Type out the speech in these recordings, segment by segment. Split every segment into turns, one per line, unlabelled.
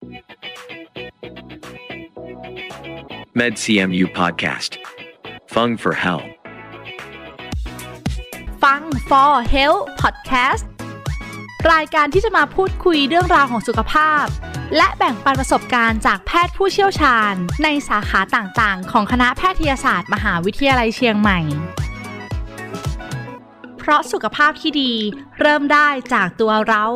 MedCMU Podcast. Fung for Health.
ฟัง for Health Podcast รายการที่จะมาพูดคุยเรื่องราวของสุขภาพและแบ่งปันประสบการณ์จากแพทย์ผู้เชี่ยวชาญในสาขาต่างๆของคณะแพทยศาสตร์มหาวิทยาลัยเชียงใหม่เพราะสุขภาพที่ดีเริ่มได้จากตัวเรา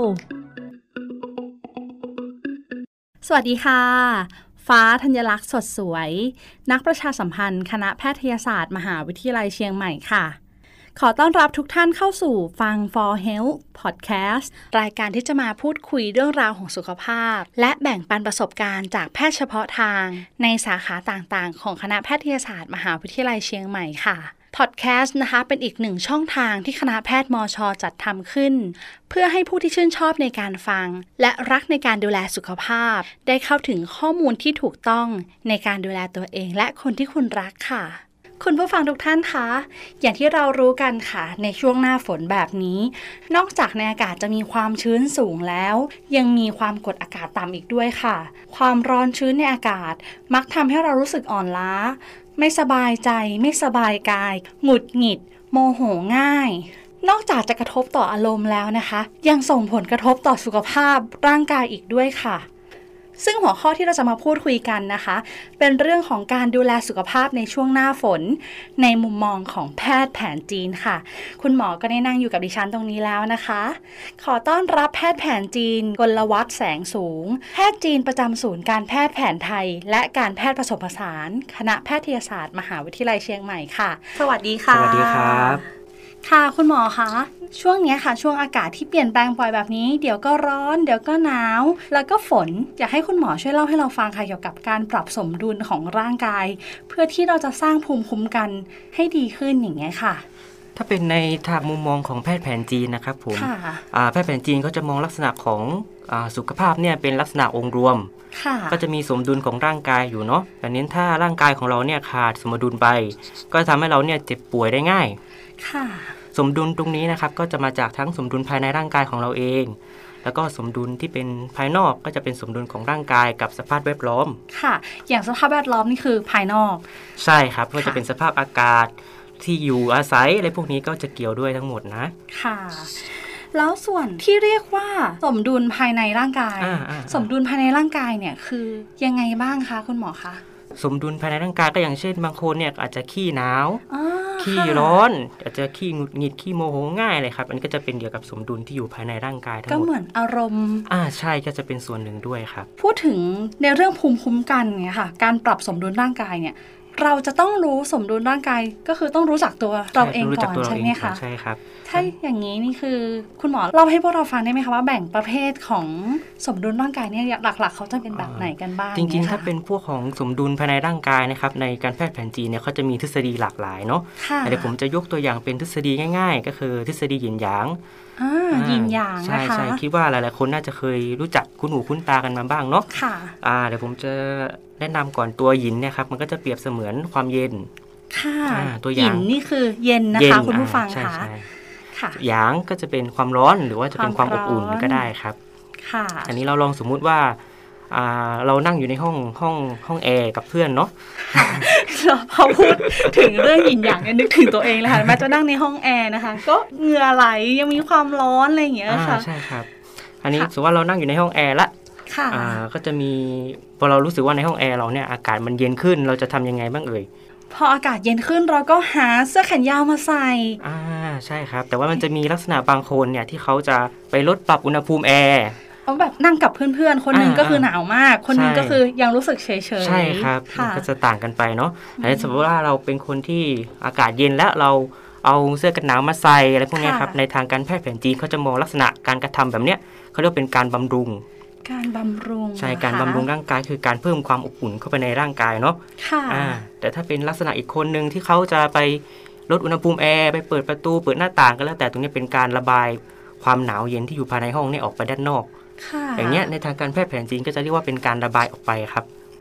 สวัสดีค่ะฟ้าธัญลักษณ์สดสวยนักประชาสัมพันธ์คณะแพทยศาสตร์มหาวิทยาลัยเชียงใหม่ค่ะขอต้อนรับทุกท่านเข้าสู่ฟัง For Health Podcast รายการที่จะมาพูดคุยเรื่องราวของสุขภาพและแบ่งปันประสบการณ์จากแพทย์เฉพาะทางในสาขาต่างๆของคณะแพทยศาสตร์มหาวิทยาลัยเชียงใหม่ค่ะพอดแคสต์นะคะเป็นอีกหนึ่งช่องทางที่คณะแพทย์มช.จัดทำขึ้นเพื่อให้ผู้ที่ชื่นชอบในการฟังและรักในการดูแลสุขภาพได้เข้าถึงข้อมูลที่ถูกต้องในการดูแลตัวเองและคนที่คุณรักค่ะคุณผู้ฟังทุกท่านคะอย่างที่เรารู้กันค่ะในช่วงหน้าฝนแบบนี้นอกจากในอากาศจะมีความชื้นสูงแล้วยังมีความกดอากาศต่ำอีกด้วยค่ะความร้อนชื้นในอากาศมักทำให้เรารู้สึกอ่อนล้าไม่สบายใจไม่สบายกายหงุดหงิดโมโหง่ายนอกจากจะกระทบต่ออารมณ์แล้วนะคะยังส่งผลกระทบต่อสุขภาพร่างกายอีกด้วยค่ะซึ่งหัวข้อที่เราจะมาพูดคุยกันนะคะเป็นเรื่องของการดูแลสุขภาพในช่วงหน้าฝนในมุมมองของแพทย์แผนจีนค่ะคุณหมอก็ได้นั่งอยู่กับดิฉันตรงนี้แล้วนะคะขอต้อนรับแพทย์แผนจีนกลวัฒน์แสงสูงแพทย์จีนประจำศูนย์การแพทย์แผนไทยและการแพทย์ผสมผสานคณะแพทยศาสตร์มหาวิทยาลัยเชียงใหม่ค่ะสวัสดีค่ะ
สวัสดีครับ
ค่ะคุณหมอคะช่วงนี้ค่ะช่วงอากาศที่เปลี่ยนแปลงบ่อยแบบนี้เดี๋ยวก็ร้อนเดี๋ยวก็หนาวแล้วก็ฝนอยากให้คุณหมอช่วยเล่าให้เราฟังค่ะเกี่ยวกับการปรับสมดุลของร่างกายเพื่อที่เราจะสร้างภูมิคุ้มกันให้ดีขึ้นอย่างเงี้ยค่ะ
ถ้าเป็นในทางมุมมองของแพทย์แผนจีนนะครับผมแพทย์แผนจีนเขาจะมองลักษณะของสุขภาพเนี่ยเป็นลักษณะองค์รวมก็จะมีสมดุลของร่างกายอยู่เนาะแต่นี้ถ้าร่างกายของเราเนี่ยขาดสมดุลไปก็จะทำให้เราเนี่ยเจ็บป่วยได้ง่ายสมดุลตรงนี้นะครับก็จะมาจากทั้งสมดุลภายในร่างกายของเราเองแล้วก็สมดุลที่เป็นภายนอกก็จะเป็นสมดุลของร่างกายกับสภาพแวดล้อม
ค่ะอย่างสภาพแวดล้อมนี่คือภายนอก
ใช่ครับก็จะเป็นสภาพอากาศที่อยู่อาศัยอะไรพวกนี้ก็จะเกี่ยวด้วยทั้งหมดนะ
ค่ะแล้วส่วนที่เรียกว่าสมดุลภายในร่างกายสมดุลภายในร่างกายเนี่ยคือยังไงบ้างคะคุณหมอคะ
สมดุลภายในร่างกายก็อย่างเช่นบางคนเนี่ยอาจจะขี้หนาวขี้ร้อนอาจจะขี้หงุดหงิดขี้โมโหง่ายเลยครับอันนี้ก็จะเป็นเกี่ยวกับสมดุลที่อยู่ภายในร่างกายทั้งหมด
ก็เหมือนอารมณ์
ใช่ก็จะเป็นส่วนหนึ่งด้วยครับ
พูดถึงในเรื่องภูมิคุ้มกันเนี่ยค่ะการปรับสมดุลร่างกายเนี่ยเราจะต้องรู้สมดุลร่างกายก็คือต้องรู้จักตัวเราเองก่อนใช่ไหมคะ
ใช่ครับ
ถ้าอย่างนี้นี่คือคุณหมอเล่าให้พวกเราฟังได้ไหมคะว่าแบ่งประเภทของสมดุลร่างกายเนี่ยหลักๆเขาจะเป็นแบบไหนกันบ้าง
จริงๆถ้าเป็นพวกของสมดุลภายในร่างกายนะครับในการแพทย์แผนจีนเนี่ยเขาจะมีทฤษฎีหลากหลายเนาะเดี๋ยวผมจะยกตัวอย่างเป็นทฤษฎีง่ายๆก็คือทฤษฎีหยินหยาง
หยินหยางนะคะ
ใช่คิดว่าหลายๆคนน่าจะเคยรู้จักคุ้นหูคุ้นตากันมาบ้างเนาะเดี๋ยวผมจะแนะนำก่อนตัวหยินเนี่ยครับมันก็จะเปรียบเสมือนความเย็น
ค่ะตัวหยินนี่คือเย็นนะคะคุณผู้ฟังค่ะ
หยางก็จะเป็นความร้อนหรือว่าจะเป็นความอบอุ่นก็ได้ครับ
ค่ะ
อันนี้เราลองสมมุติว่าเรานั่งอยู่ในห้องแอร์กับเพื่อนเนาะ
พอพูดถึงเรื่องหยินหยางนึกถึงตัวเองเลยค่ะแม้จะนั่งในห้องแอร์นะคะก็เหงื่อไหลยังมีความร้อนอะไรอย่างเงี้ยค่ะ
ใช่ครับอันนี้สมมติว่าเรานั่งอยู่ในห้องแอร์ละก็จะมีพอเรารู้สึกว่าในห้องแอร์เราเนี่ยอากาศมันเย็นขึ้นเราจะทำยังไงบ้างเอ่ย
พออากาศเย็นขึ้นเราก็หาเสื้อแขนยาวมาใส่
ใช่ครับแต่ว่ามันจะมีลักษณะบางคนเนี่ยที่เขาจะไปลดปรับอุณหภูมิแอร์
เขาแบบนั่งกับเพื่อนๆคนนึงก็คือหนาวมากคนนึงก็คือยังรู้สึกเฉยๆ
ใช่ครับก็จะต่างกันไปเนาะอันนี้สมมติว่าเราเป็นคนที่อากาศเย็นแล้วเราเอาเสื้อกันหนาวมาใส่อะไรพวกนี้ครับในทางการแพทย์แผนจีนเขาจะมองลักษณะการกระทำแบบเนี้ยเขาเรียกเป็นการบำรุงใช่การบำรุงร่างกายคือการเพิ่มความอบอุ่นเข้าไปในร่างกายเนาะแต่ถ้าเป็นลักษณะอีกคนนึงที่เขาจะไปลดอุณหภูมิแอร์ไปเปิดประตูเปิดหน้าต่างก็แล้วแต่ตรงนี้เป็นการระบายความหนาวเย็นที่อยู่ภายในห้องนี่ออกไปด้านนอกอย่างเงี้ยในทางการแพทย์แผนจีนก็จะเรียกว่าเป็นการระบายออกไปครับ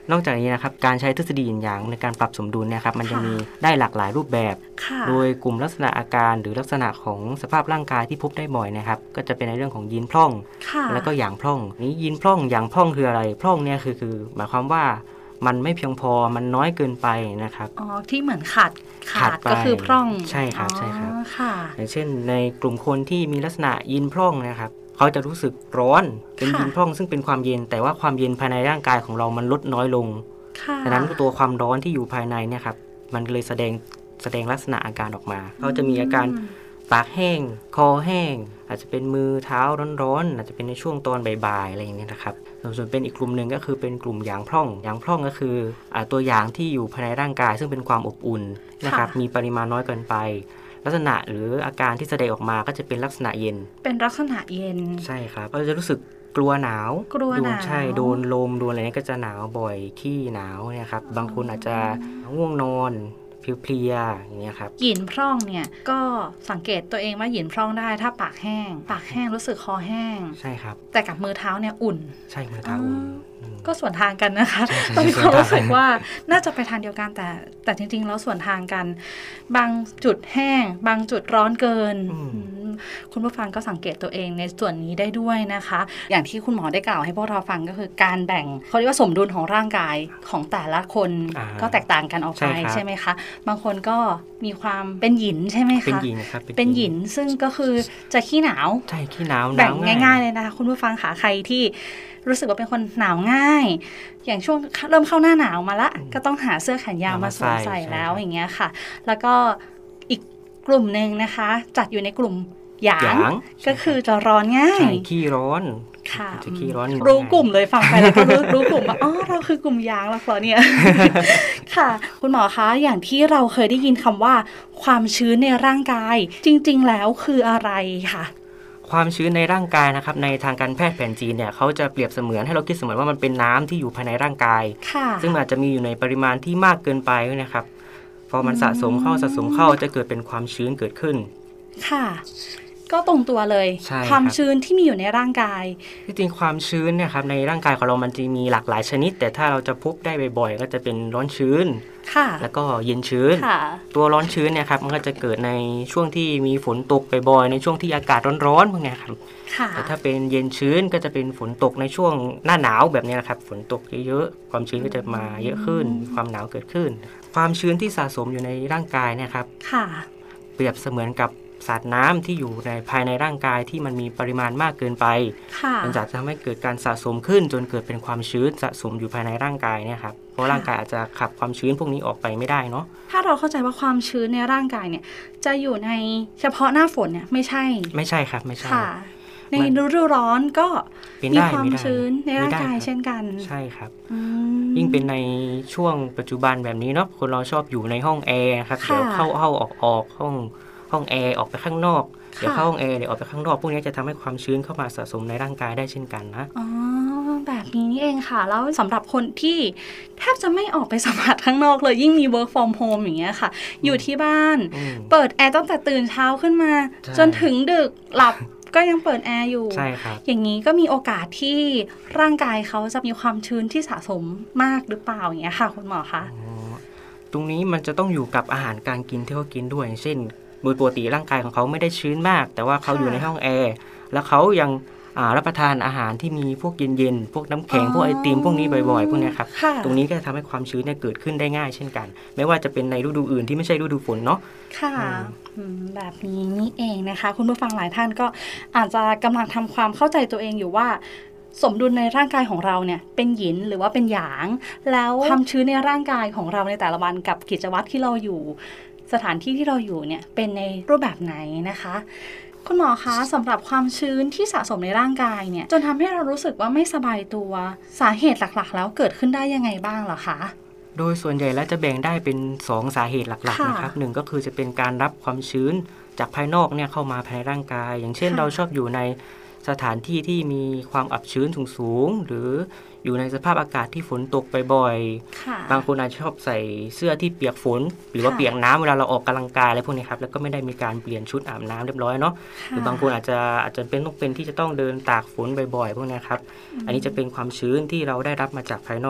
นอกจากนี้นะครับการใช้ทฤษฎีหยินหยางในการปรับสมดุลเนี่ยครับมันจะมีได้หลากหลายรูปแบบโดยกลุ่มลักษณะอาการหรือลักษณะของสภาพร่างกายที่พบได้บ่อยนะครับก็จะเป็นในเรื่องของยินพร่องแล้วก็หยางพร่องนี้ยินพร่องหยางพร่องคืออะไรพร่องเนี่ยคือหมายความว่ามันไม่เพียงพอมันน้อยเกินไปนะครับ
ที่เหมือนขาดก็คือพร่อง
ใช่ครับอย่างเช่นในกลุ่มคนที่มีลักษณะยินพร่องนะครับเขาจะรู้สึกร้อนเป็นยินพร่องซึ่งเป็นความเย็นแต่ว่าความเย็นภายในร่างกายของเรามันลดน้อยลงดังนั้นตัวความร้อนที่อยู่ภายในเนี่ยครับมันเลยแสดงลักษณะอาการออกมาเขาจะมีอาการปากแห้งคอแห้งอาจจะเป็นมือเท้าร้อนๆอาจจะเป็นในช่วงตอนบ่ายๆอะไรอย่างนี้นะครับส่วนเป็นอีกกลุ่มหนึ่งก็คือเป็นกลุ่มหยางพร่องก็คือตัวหยางที่อยู่ภายในร่างกายซึ่งเป็นความอบอุ่นนะครับมีปริมาณน้อยเกินไปลักษณะหรืออาการที่แสดงออกมาก็จะเป็นลักษณะเย็น
เป็นลักษณะเย็น
ใช่ครับเราจะรู้สึกกลัวหนาวใช่โดนลมโดนอะไรนี้ก็จะหนาวบ่อยขี้หนาวเนี่ยครับบางคนอาจจะง่วงนอนเพลียอย่างเงี้ยครับ
หยินพร่องเนี่ยก็สังเกตตัวเองว่าหยินพร่องได้ถ้าปากแห้งรู้สึกคอแห้ง
ใช่ครับ
แต่กับมือเท้าเนี่ยอุ่น
ใช่มือเท้าอุ่น
ก็ส่วนทางกันนะคะตอนนี้ความรู้สึกว่าน่าจะไปทางเดียวกันแต่จริงๆแล้วส่วนทางกันบางจุดแห้งบางจุดร้อนเกินคุณผู้ฟังก็สังเกตตัวเองในส่วนนี้ได้ด้วยนะคะอย่างที่คุณหมอได้กล่าวให้พวกเราฟังก็คือการแบ่งเขาเรียกว่าสมดุลของร่างกายของแต่ละคนก็แตกต่างกันออกไปใช่ไหมคะบางคนก็มีความเป็นหยินใช่ไหมคะ
เป็นหยินครับ
เป็นหยินซึ่งก็คือจะขี้หนาว
ใช่ขี้หนาว
แบ่งง่ายๆเลยนะคะคุณผู้ฟังค่ะใครที่รู้สึกว่าเป็นคนหนาวง่ายอย่างช่วงเริ่มเข้าหน้าหนาวมาละก็ต้องหาเสื้อแขนยาวมาสวมใส่แล้วอย่างเงี้ยค่ะแล้วก็อีกกลุ่มนึงนะคะจัดอยู่ในกลุ่มหยางก็คือจะร้อนง่าย
ขี้ร้อน
ค่ะ
จะขี้ร้อน
รู้กลุ่มเลยฟังไปแล้วก็รู้กลุ่มว่าอ๋อเราคือกลุ่มหยางแล้วเหรอเนี่ยค่ะคุณหมอคะอย่างที่เราเคยได้ยินคำว่าความชื้นในร่างกายจริงๆแล้วคืออะไรค่ะ
ความชื้นในร่างกายนะครับในทางการแพทย์แผนจีนเนี่ยเขาจะเปรียบเสมือนให้เราคิดเสมือนว่ามันเป็นน้ำที่อยู่ภายในร่างกายซึ่งอาจจะมีอยู่ในปริมาณที่มากเกินไปนะครับพอมันสะสมเข้าจะเกิดเป็นความชื้นเกิดขึ้น
ค่ะก็ตรงตัวเลยความชื้นที่มีอยู่ในร่างกาย
ที่จริงความชื้นเนี่ยครับในร่างกายของเรามันจะมีหลากหลายชนิดแต่ถ้าเราจะพบได้บ่อยๆก็จะเป็นร้อนชื้นแล้วก็เย็นชื้นตัวร้อนชื้นเนี่ยครับมันก็จะเกิดในช่วงที่มีฝนตกบ่อยๆในช่วงที่อากาศร้อนๆพวกนี้ครับแต่ถ้าเป็นเย็นชื้นก็จะเป็นฝนตกในช่วงหน้าหนาวแบบนี้นะครับฝนตกเยอะๆความชื้นก็จะมาเยอะขึ้นความหนาวเกิดขึ้นความชื้นที่สะสมอยู่ในร่างกายเนี่ยครับเปรียบเสมือนกับสารน้ำที่อยู่ในภายในร่างกายที่มันมีปริมาณมากเกินไปมันจะทำให้เกิดการสะสมขึ้นจนเกิดเป็นความชื้นสะสมอยู่ภายในร่างกายเนี่ยครับเพราะร่างกายอาจจะขับความชื้นพวกนี้ออกไปไม่ได้เนาะ
ถ้าเราเข้าใจว่าความชื้นในร่างกายเนี่ยจะอยู่ในเฉพาะหน้าฝนเนี่ยไม่ใช่
ครับไม่ใช่
ในฤดูร้อนก็มีความชื้นในร่างกายเช่นกัน
ใช่ครับยิ่งเป็นในช่วงปัจจุบันแบบนี้เนาะคนเราชอบอยู่ในห้องแอร์ครับเดี๋ยวเข้าออกห้องแอร์ออกไปข้างนอกเดี๋ยวเข้าห้องแอร์เดี๋ยวออกไปข้างนอกพวกนี้จะทำให้ความชื้นเข้ามาสะสมในร่างกายได้เช่นกันนะ
อ๋อแบบนี้นี่เองค่ะแล้วสำหรับคนที่แทบจะไม่ออกไปสัมผัสข้างนอกเลยยิ่งมี work from home อย่างเงี้ยค่ะอยู่ที่บ้านเปิดแอร์ตั้งแต่ตื่นเช้าขึ้นมาจนถึงดึกหลับก็ยังเปิดแอร์อยู่
ใช่ครับ
อย่างนี้ก็มีโอกาสที่ร่างกายเขาจะมีความชื้นที่สะสมมากหรือเปล่าอย่างเงี้ยค่ะคุณหมอคะ
ตรงนี้มันจะต้องอยู่กับอาหารการกินที่เขากินด้วยเช่นโดยปกติร่างกายของเขาไม่ได้ชื้นมากแต่ว่าเขาอยู่ในห้องแอร์แล้วเขายังรับประทานอาหารที่มีพวกเย็นๆพวกน้ำแข็งพวกไอติมพวกนี้บ่อยๆพวกนี้ครับตรงนี้ก็จะทำให้ความชื้นเนี่ยเกิดขึ้นได้ง่ายเช่นกันไม่ว่าจะเป็นในฤดูอื่นที่ไม่ใช่ฤดูฝนเนาะ
ค่ะแบบนี้นี่เองนะคะคุณผู้ฟังหลายท่านก็อาจจะกำลังทำความเข้าใจตัวเองอยู่ว่าสมดุลในร่างกายของเราเนี่ยเป็นหยินหรือว่าเป็นหยางแล้วความชื้นในร่างกายของเราในแต่ละวันกับกิจวัตรที่เราอยู่สถานที่ที่เราอยู่เนี่ยเป็นในรูปแบบไหนนะคะคุณหมอคะสำหรับความชื้นที่สะสมในร่างกายเนี่ยจนทำให้เรารู้สึกว่าไม่สบายตัวสาเหตุหลักๆแล้วเกิดขึ้นได้ยังไงบ้างเหรอคะ
โดยส่วนใหญ่แล้วจะแบ่งได้เป็น2สาเหตุหลักๆนะครับหนึ่งก็คือจะเป็นการรับความชื้นจากภายนอกเนี่ยเข้ามาภายในร่างกายอย่างเช่นเราชอบอยู่ในสถานที่ที่มีความอับชื้นสูงหรืออยู่ในสภาพอากาศที่ฝนตกบ่อยๆบางคนอาจจะชอบใส่เสื้อที่เปียกฝนหรือว่าเปียกน้ำเวลาเราออกกำลังกายอะไรพวกนี้ครับแล้วก็ไม่ได้มีการเปลี่ยนชุดอาบน้ำเรียบร้อยเนาะหรือบางคนอาจจะเป็นที่จะต้องเดินตากฝนบ่อยๆพวกนี้ครับอันนี้จะเป็นความชื้นที่เราได้รับมาจากภายนอก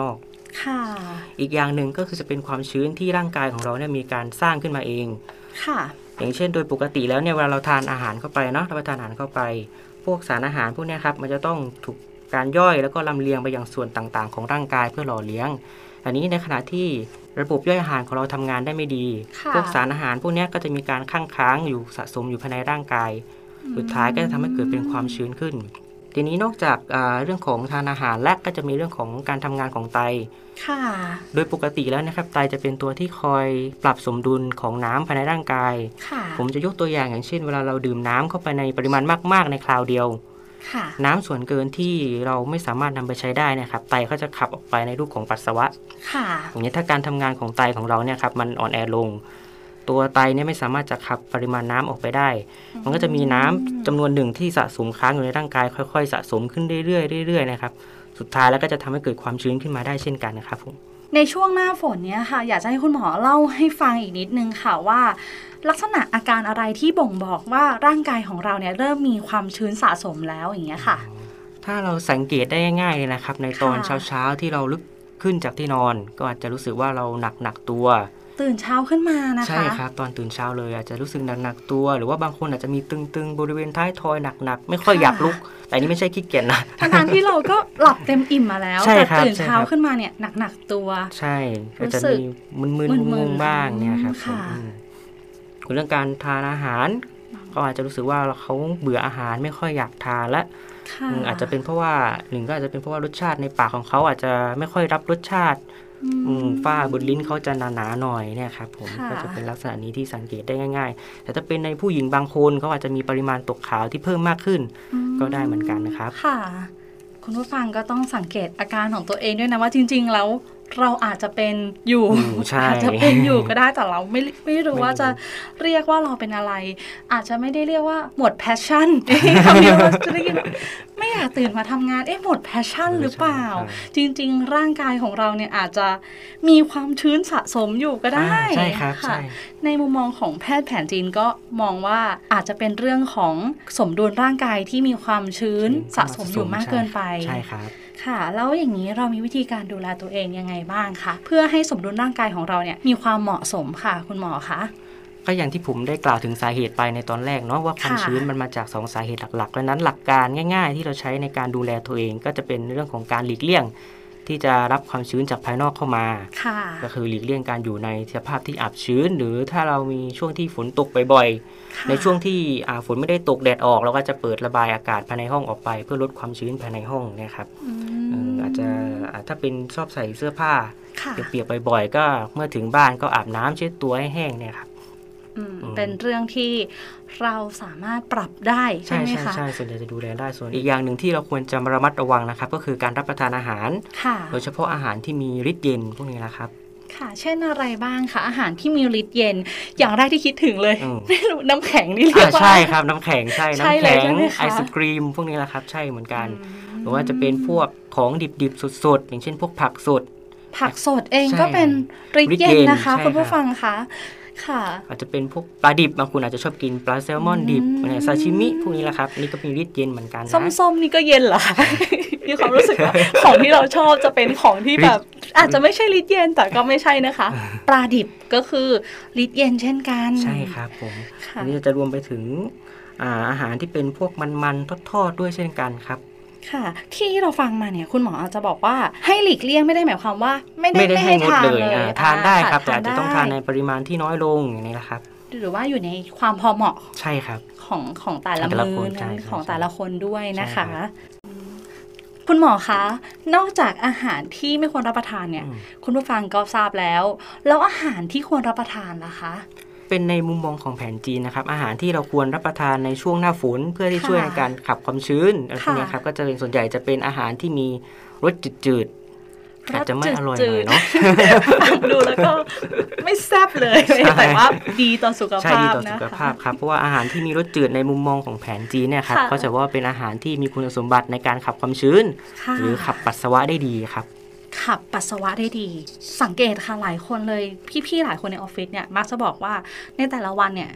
ค่ะ
อีกอย่างหนึ่งก็คือจะเป็นความชื้นที่ร่างกายของเราเนี่ยมีการสร้างขึ้นมาเอง
ค่ะ
อย่างเช่นโดยปกติแล้วเนี่ยเวลาเราทานอาหารเข้าไปเนาะรับประทานอาหารเข้าไปพวกสารอาหารพวกนี้ครับมันจะต้องถูกการย่อยแล้วก็ลำเลียงไปยังส่วนต่างๆของร่างกายเพื่อหล่อเลี้ยงอันนี้ในขณะที่ระบบย่อยอาหารของเราทำงานได้ไม่ดีพวกสารอาหารพวกนี้ก็จะมีการค้างอยู่สะสมอยู่ภายในร่างกายสุดท้ายก็จะทำให้เกิดเป็นความชื้นขึ้นทีนี้นอกจากเรื่องของทานอาหารและก็จะมีเรื่องของการทำงานของไตโดยปกติแล้วนะครับไตจะเป็นตัวที่คอยปรับสมดุลของน้ำภายในร่างกายผมจะยกตัวอย่างเช่นเวลาเราดื่มน้ำเข้าไปในปริมาณมากๆในคราวเดียวน้ำส่วนเกินที่เราไม่สามารถนำไปใช้ได้นะครับไตก็จะขับออกไปในรูปของปัสสาวะอย่างนี้ถ้าการทำงานของไตของเราเนี่ยครับมันอ่อนแอลงตัวไตเนี่ยไม่สามารถจะขับปริมาณน้ำออกไปได้มันก็จะมีน้ำจำนวนหนึ่งที่สะสมค้างอยู่ในร่างกายค่อยๆสะสมขึ้นเรื่อยๆนะครับสุดท้ายแล้วก็จะทำให้เกิดความชื้นขึ้นมาได้เช่นกันนะครับผม
ในช่วงหน้าฝนเนี่ยค่ะอยากจะให้คุณหมอเล่าให้ฟังอีกนิดนึงค่ะว่าลักษณะอาการอะไรที่บ่งบอกว่าร่างกายของเราเนี่ยเริ่มมีความชื้นสะสมแล้วอย่างเงี้ยค่ะ
ถ้าเราสังเกตได้ง่ายๆเลยนะครับในตอนเช้าๆที่เราลุกขึ้นจากที่นอนก็อาจจะรู้สึกว่าเราหนักตัว
ตื่นเช้าขึ้นมานะคะ
ใช่ครับตอนตื่นเช้าเลยอาจจะรู้สึกหนักตัวหรือว่าบางคนอาจจะมีตึงๆบริเวณท้ายทอยหนักๆไม่ค่อยอยากลุกแต่นี่ไม่ใช่ขี้เกียจนะ
ทั้งที่เราก็หลับเต็มอิ่มมาแล้วแต่ตื่นเช้าขึ้นมาเนี่ยหนักตัว
ใช่ก็จะมีมึนๆงงบ้างเนี่ยครับเรื่องการทานอาหารก็อาจจะรู้สึกว่าเขาเบื่ออาหารไม่ค่อยอยากทานและอาจจะเป็นเพราะว่าหนึ่งก็อาจจะเป็นเพราะว่ารสชาติในปากของเขาอาจจะไม่ค่อยรับรสชาติฝ้าบนลิ้นเขาจะหนาๆหน่อยเนี่ยครับผมก็จะเป็นลักษณะนี้ที่สังเกตได้ง่ายๆแต่ถ้าเป็นในผู้หญิงบางคนเขาอาจจะมีปริมาณตกขาวที่เพิ่มมากขึ้นก็ได้เหมือนกันนะครับ
ค่ะคุณผู้ฟังก็ต้องสังเกตอาการของตัวเองด้วยนะว่าจริงๆแล้วเราอาจจะเป็นอยู่อาจจะเป็นอยู่ก็ได้แต่เราไม่รู้ว่าจะเรียกว่าเราเป็นอะไรอาจจะไม่ได้เรียกว่าหมดแพชชั่นคำนี้เราจะได้ยินไม่อยากตื่นมาทำงานหมดแพชชั่นหรือเปล่าจริงๆร่างกายของเราเนี่ยอาจจะมีความชื้นสะสมอยู่ก็ได้
ใช่ครับค่ะ
ในมุมมองของแพทย์แผนจีนก็มองว่าอาจจะเป็นเรื่องของสมดุลร่างกายที่มีความชื้นสะสมอยู่มากเกินไป
ใช่ครับ
ค่ะแล้วอย่างนี้เรามีวิธีการดูแลตัวเองยังไงบ้างคะเพื่อให้สมดุลร่างกายของเราเนี่ยมีความเหมาะสมค่ะคุณหมอคะ
ก็อย่างที่ผมได้กล่าวถึงสาเหตุไปในตอนแรกเนาะว่าความชื้นมันมาจาก2สาเหตุหลักๆดังนั้นหลักการง่ายๆที่เราใช้ในการดูแลตัวเองก็จะเป็นเรื่องของการหลีกเลี่ยงที่จะรับความชื้นจากภายนอกเข้ามาก็คือหลีกเลี่ยงการอยู่ในสภาพที่อับชื้นหรือถ้าเรามีช่วงที่ฝนตกบ่อยๆในช่วงที่ฝนไม่ได้ตกแดดออกเราก็จะเปิดระบายอากาศภายในห้องออกไปเพื่อลดความชื้นภายในห้องนะครับอาจจะถ้าเป็นชอบใส่เสื้อผ้าเปียกๆบ่อยๆก็เมื่อถึงบ้านก็อาบน้ำเช็ดตัวให้แห้งเนี่ยครับ
เป็นเรื่องที่เราสามารถปรับได้ใช่ไหมคะ
ใช่ส่วนใหญ่จะดูแลได้ส่วนอีกอย่างหนึ่งที่เราควรจะระมัดระวังนะครับก็คือการรับประทานอาหารโดยเฉพาะอาหารที่มีฤทธิ์เย็นพวกนี้นะครับ
ค่ะเช่นอะไรบ้างคะอาหารที่มีฤทธิ์เย็นอย่างแรกที่คิดถึงเลยไม่รู้น้ำแข็งนี่เรียกว่า
ใช่ครับน้ำแข็งใช่น้ำแข็งไอศกรีมพวกนี้แหละครับใช่เหมือนกันหรือว่าจะเป็นพวกของดิบๆสดๆอย่างเช่นพวกผักสด
เองก็เป็นฤทธิ์เย็นนะคะคุณผู้ฟังคะ
อาจจะเป็นพวกปลาดิบบางคนอาจจะชอบกินปลาแซลมอนดิบซาชิมิพวกนี้แหละครับนี่ก็มีฤทธิ์เย็นเหมือนกันนะ
ส้มๆนี่ก็เย็นเหรอ มีความรู้สึกว่าของที่เราชอบจะเป็นของที่แบบอาจจะไม่ใช่ฤทธิ์เย็นแต่ก็ไม่ใช่นะคะปลาดิบก็คือฤทธิ์เย็นเช่นกัน
ใช่ครับผมอันนี้จะรวมไปถึงอาหารที่เป็นพวกมันๆทอดๆด้วยเช่นกันครับ
ค่ะที่เราฟังมาเนี่ยคุณหมออาจจะบอกว่าให้หลีกเลี่ยงไม่ได้หมายความว่าไม่ได้ให้ทานเลย
ทานได้ครับแต่อาจจะต้องทานในปริมาณที่น้อยลงอย่างนี้นะครับ
หรือว่าอยู่ในความพอเหมาะ
ใช่ครับ
ของแต่ละมื้อของแต่ละคนด้วยนะคะคุณหมอคะนอกจากอาหารที่ไม่ควรรับประทานเนี่ยคุณผู้ฟังก็ทราบแล้วอาหารที่ควรรับประทานล่ะคะ
เป็นในมุมมองของแผนจีนนะครับอาหารที่เราควรรับประทานในช่วงหน้าฝนเพื่อที่ช่วยในการขับความชื้นอะไรพวกนี้ครับก็จะเป็นส่วนใหญ่จะเป็นอาหารที่มีรสจืดๆอาจจะไม่อร่อยหน่อยเนาะ
ดูแล้วก็ไม่แซ่บเลยแต่ว่าดีต่อสุขภาพนะใช่
ดีต่อสุขภาพครับเพราะว่าอาหารที่มีรสจืดในมุมมองของแผนจีนเนี่ยครับก็จะว่าเป็นอาหารที่มีคุณสมบัติในการขับความชื้นหรือขับปัสสาวะได้ดีครับ
ขับปัสสาวะได้ดีสังเกตค่ะหลายคนเลยพี่ๆหลายคนในออฟฟิศเนี่ยมักจะบอกว่าในแต่ละวันเนี่ยข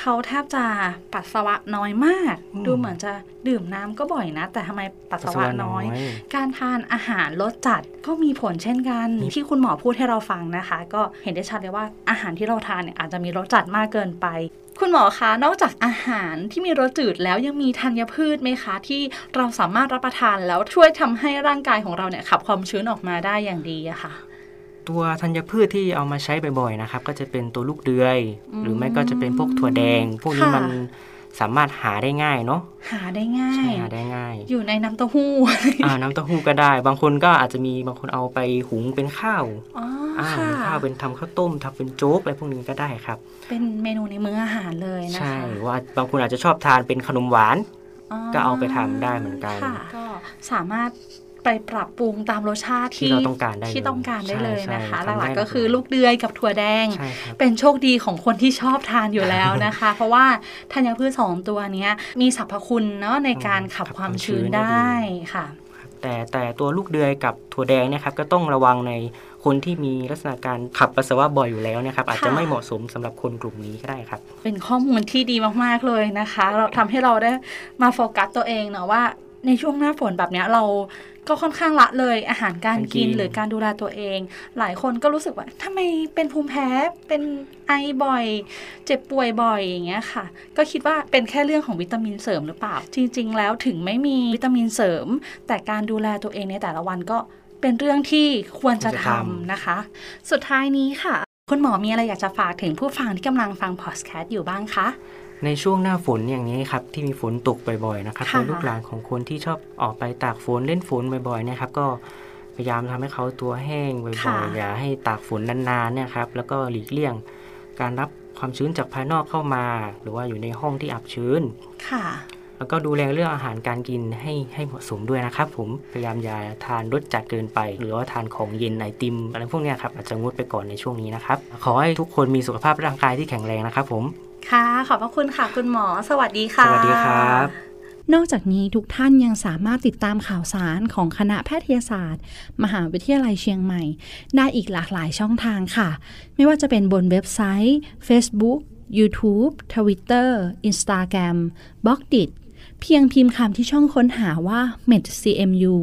เขาแทบจะปัสสาวะน้อยมากดูเหมือนจะดื่มน้ำก็บ่อยนะแต่ทำไมปัสสาวะน้อยการทานอาหารรสจัดก็มีผลเช่นกันที่คุณหมอพูดให้เราฟังนะคะก็เห็นได้ชัดเลยว่าอาหารที่เราทานเนี่ยอาจจะมีรสจัดมากเกินไปคุณหมอคะนอกจากอาหารที่มีรสจืดแล้วยังมีธัญพืชไหมคะที่เราสามารถรับประทานแล้วช่วยทำให้ร่างกายของเราเนี่ยขับความชื้นออกมาได้อย่างดีอะค่ะ
ตัวธัญพืชที่เอามาใช้บ่อยๆนะครับก็จะเป็นตัวลูกเดือยหรือไม่ก็จะเป็นพวกถั่วแดงพวกนี้มันสามารถหาได้ง่ายเนาะ
หาได้ง่าย
ใช่หาได้ง่าย
อยู่ในน้ำเต้าหู้
น้ำเต้าหู้ก็ได้บางคนก็อาจจะมีบางคนเอาไปหุงเป็นข้าวข้าวเป็นทำข้าวต้มทำเป็นโจ๊กอะไรพวกนี้ก็ได้ครับ
เป็นเมนูในมื้ออาหารเลยนะคะ
ใช่ว่าบางคนอาจจะชอบทานเป็นขนมหวานก็เอาไปทำได้เหมือนกัน
ก็สามารถไปปรับปรุงตามรสชาติ
ที่เราต้องการ
ได้เลยนะคะหลักๆก็คือลูกเดือยกับถั่วแดงเป็นโชคดีของคนที่ชอบทานอยู่แล้วนะคะ เพราะว่าธัญพืช2ตัวนี้มีสรรพคุณเนาะในการขับความชื้นได้ค่ะ
แต่ตัวลูกเดือยกับถั่วแดงเนี่ยครับก็ต้องระวังในคนที่มีลักษณะการขับปัสสาวะบ่อยอยู่แล้วนะครับอาจจะไม่เหมาะสมสำหรับคนกลุ่มนี้ก็ได้ครับ
เป็นข้อมูลที่ดีมากๆเลยนะคะเราทำให้เราได้มาโฟกัสตัวเองเนาะว่าในช่วงหน้าฝนแบบนี้เราก็ค่อนข้างละเลยอาหารการกินหรือการดูแลตัวเองหลายคนก็รู้สึกว่าทำไมเป็นภูมิแพ้เป็นไอบ่อยเจ็บป่วยบ่อยอย่างเงี้ยค่ะก็คิดว่าเป็นแค่เรื่องของวิตามินเสริมหรือเปล่าจริงๆแล้วถึงไม่มีวิตามินเสริมแต่การดูแลตัวเองในแต่ละวันก็เป็นเรื่องที่ควรจะทำนะคะสุดท้ายนี้ค่ะคุณหมอมีอะไรอยากจะฝากถึงผู้ฟังที่กำลังฟังพอดแคสต์อยู่บ้างคะ
ในช่วงหน้าฝนอย่างนี้ครับที่มีฝนตกบ่อยๆนะครับเป็นลูกหลานของคนที่ชอบออกไปตากฝนเล่นฝนบ่อยๆนะครับก็พยายามทำให้เขาตัวแห้งบ่อยๆอย่าให้ตากฝนนานๆเนี่ยครับแล้วก็หลีกเลี่ยงการรับความชื้นจากภายนอกเข้ามาหรือว่าอยู่ในห้องที่อับชื้น
ค่ะ
แล้วก็ดูแลเรื่องอาหารการกินให้เหมาะสมด้วยนะครับผมพยายามอย่าทานรสจัดเกินไปหรือว่าทานของเย็นไอติมอะไรพวกนี้ครับอาจจะงดไปก่อนในช่วงนี้นะครับขอให้ทุกคนมีสุขภาพร่างกายที่แข็งแรงนะครับผม
ค่ะขอบพระคุณค่ะคุณหมอสวัสดีค่ะ
สวัสดีครับ
นอกจากนี้ทุกท่านยังสามารถติดตามข่าวสารของคณะแพทยศาสตร์มหาวิทยาลัยเชียงใหม่ได้อีกหลากหลายช่องทางค่ะไม่ว่าจะเป็นบนเว็บไซต์ Facebook YouTube Twitter Instagram Blogdit เพียงพิมพ์คำที่ช่องค้นหาว่า medcmu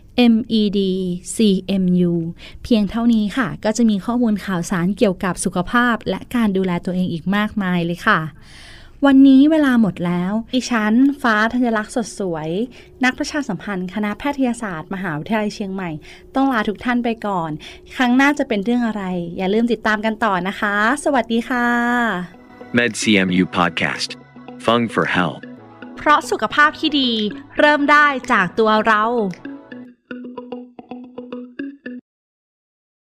MEDCMU เพียงเท่านี้ค่ะก็จะมีข้อมูลข่าวสารเกี่ยวกับสุขภาพและการดูแลตัวเองอีกมากมายเลยค่ะวันนี้เวลาหมดแล้วดิฉันฟ้าธัญลักษณ์สดสวยนักประชาสัมพันธ์คณะแพทยศาสตร์มหาวิทยาลัยเชียงใหม่ต้องลาทุกท่านไปก่อนครั้งหน้าจะเป็นเรื่องอะไรอย่าลืมติดตามกันต่อนะคะสวัสดีค่ะ
MedCMU Podcast Fung for Health
เพราะสุขภาพที่ดีเริ่มได้จากตัวเรา